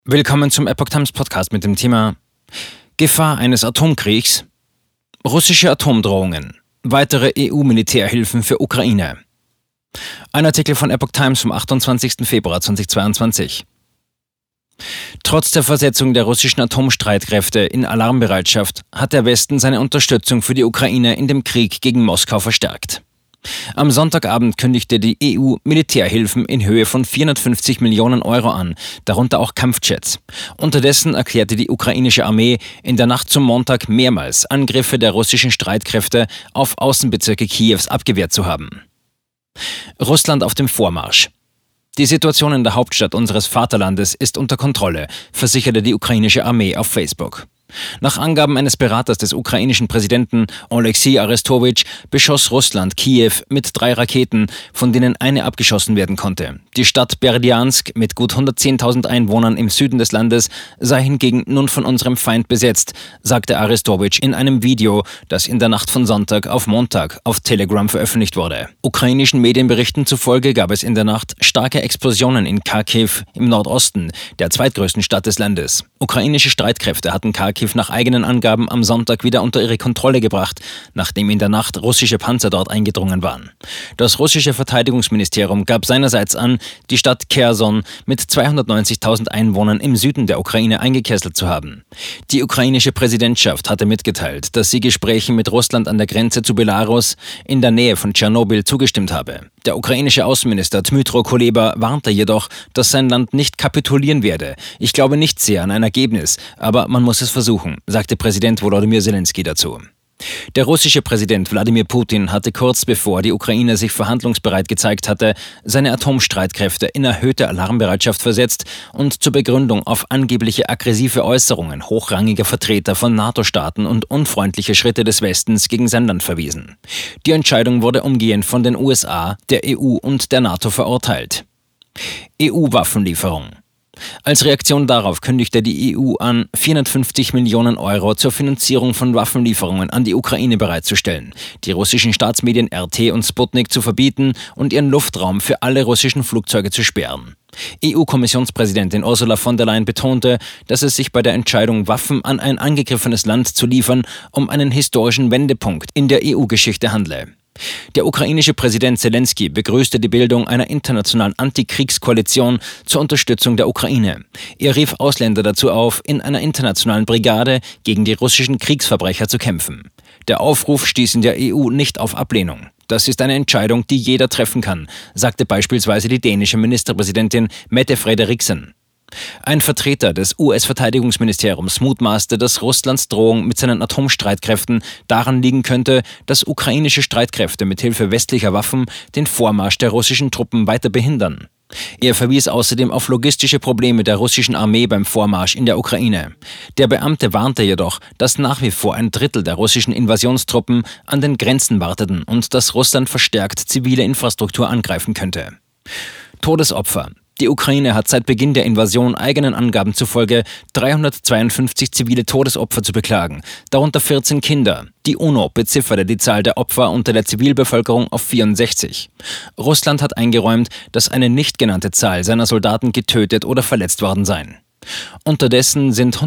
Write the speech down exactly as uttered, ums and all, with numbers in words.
Willkommen zum Epoch Times Podcast mit dem Thema Gefahr eines Atomkriegs, russische Atomdrohungen, weitere E U-Militärhilfen für Ukraine. Ein Artikel von Epoch Times vom achtundzwanzigsten Februar zweitausendzweiundzwanzig. Trotz der Versetzung der russischen Atomstreitkräfte in Alarmbereitschaft hat der Westen seine Unterstützung für die Ukraine in dem Krieg gegen Moskau verstärkt. Am Sonntagabend kündigte die E U Militärhilfen in Höhe von vierhundertfünfzig Millionen Euro an, darunter auch Kampfjets. Unterdessen erklärte die ukrainische Armee in der Nacht zum Montag mehrmals, Angriffe der russischen Streitkräfte auf Außenbezirke Kiews abgewehrt zu haben. Russland auf dem Vormarsch. Die Situation in der Hauptstadt unseres Vaterlandes ist unter Kontrolle, versicherte die ukrainische Armee auf Facebook. Nach Angaben eines Beraters des ukrainischen Präsidenten Oleksiy Arestowitsch beschoss Russland Kiew mit drei Raketen, von denen eine abgeschossen werden konnte. Die Stadt Berdjansk mit gut hundertzehntausend Einwohnern im Süden des Landes sei hingegen nun von unserem Feind besetzt, sagte Arestowitsch in einem Video, das in der Nacht von Sonntag auf Montag auf Telegram veröffentlicht wurde. Ukrainischen Medienberichten zufolge gab es in der Nacht starke Explosionen in Kharkiv im Nordosten, der zweitgrößten Stadt des Landes. Ukrainische Streitkräfte hatten Kharkiv nach eigenen Angaben am Sonntag wieder unter ihre Kontrolle gebracht, nachdem in der Nacht russische Panzer dort eingedrungen waren. Das russische Verteidigungsministerium gab seinerseits an, die Stadt Cherson mit zweihundertneunzigtausend Einwohnern im Süden der Ukraine eingekesselt zu haben. Die ukrainische Präsidentschaft hatte mitgeteilt, dass sie Gesprächen mit Russland an der Grenze zu Belarus in der Nähe von Tschernobyl zugestimmt habe. Der ukrainische Außenminister Dmytro Kuleba warnte jedoch, dass sein Land nicht kapitulieren werde. Ich glaube nicht sehr an ein Ergebnis, aber man muss es versuchen, sagte Präsident Volodymyr Zelensky dazu. Der russische Präsident Wladimir Putin hatte kurz bevor die Ukraine sich verhandlungsbereit gezeigt hatte, seine Atomstreitkräfte in erhöhte Alarmbereitschaft versetzt und zur Begründung auf angebliche aggressive Äußerungen hochrangiger Vertreter von NATO-Staaten und unfreundliche Schritte des Westens gegen sein Land verwiesen. Die Entscheidung wurde umgehend von den U S A, der E U und der NATO verurteilt. E U-Waffenlieferung. Als Reaktion darauf kündigte die E U an, vierhundertfünfzig Millionen Euro zur Finanzierung von Waffenlieferungen an die Ukraine bereitzustellen, die russischen Staatsmedien R T und Sputnik zu verbieten und ihren Luftraum für alle russischen Flugzeuge zu sperren. E U-Kommissionspräsidentin Ursula von der Leyen betonte, dass es sich bei der Entscheidung, Waffen an ein angegriffenes Land zu liefern, um einen historischen Wendepunkt in der E U-Geschichte handle. Der ukrainische Präsident Zelensky begrüßte die Bildung einer internationalen Antikriegskoalition zur Unterstützung der Ukraine. Er rief Ausländer dazu auf, in einer internationalen Brigade gegen die russischen Kriegsverbrecher zu kämpfen. Der Aufruf stieß in der E U nicht auf Ablehnung. Das ist eine Entscheidung, die jeder treffen kann, sagte beispielsweise die dänische Ministerpräsidentin Mette Frederiksen. Ein Vertreter des U S-Verteidigungsministeriums mutmaßte, dass Russlands Drohung mit seinen Atomstreitkräften daran liegen könnte, dass ukrainische Streitkräfte mithilfe westlicher Waffen den Vormarsch der russischen Truppen weiter behindern. Er verwies außerdem auf logistische Probleme der russischen Armee beim Vormarsch in der Ukraine. Der Beamte warnte jedoch, dass nach wie vor ein Drittel der russischen Invasionstruppen an den Grenzen warteten und dass Russland verstärkt zivile Infrastruktur angreifen könnte. Todesopfer. Die Ukraine hat seit Beginn der Invasion eigenen Angaben zufolge dreihundertzweiundfünfzig zivile Todesopfer zu beklagen, darunter vierzehn Kinder. Die UNO bezifferte die Zahl der Opfer unter der Zivilbevölkerung auf vierundsechzig. Russland hat eingeräumt, dass eine nicht genannte Zahl seiner Soldaten getötet oder verletzt worden seien. Unterdessen sind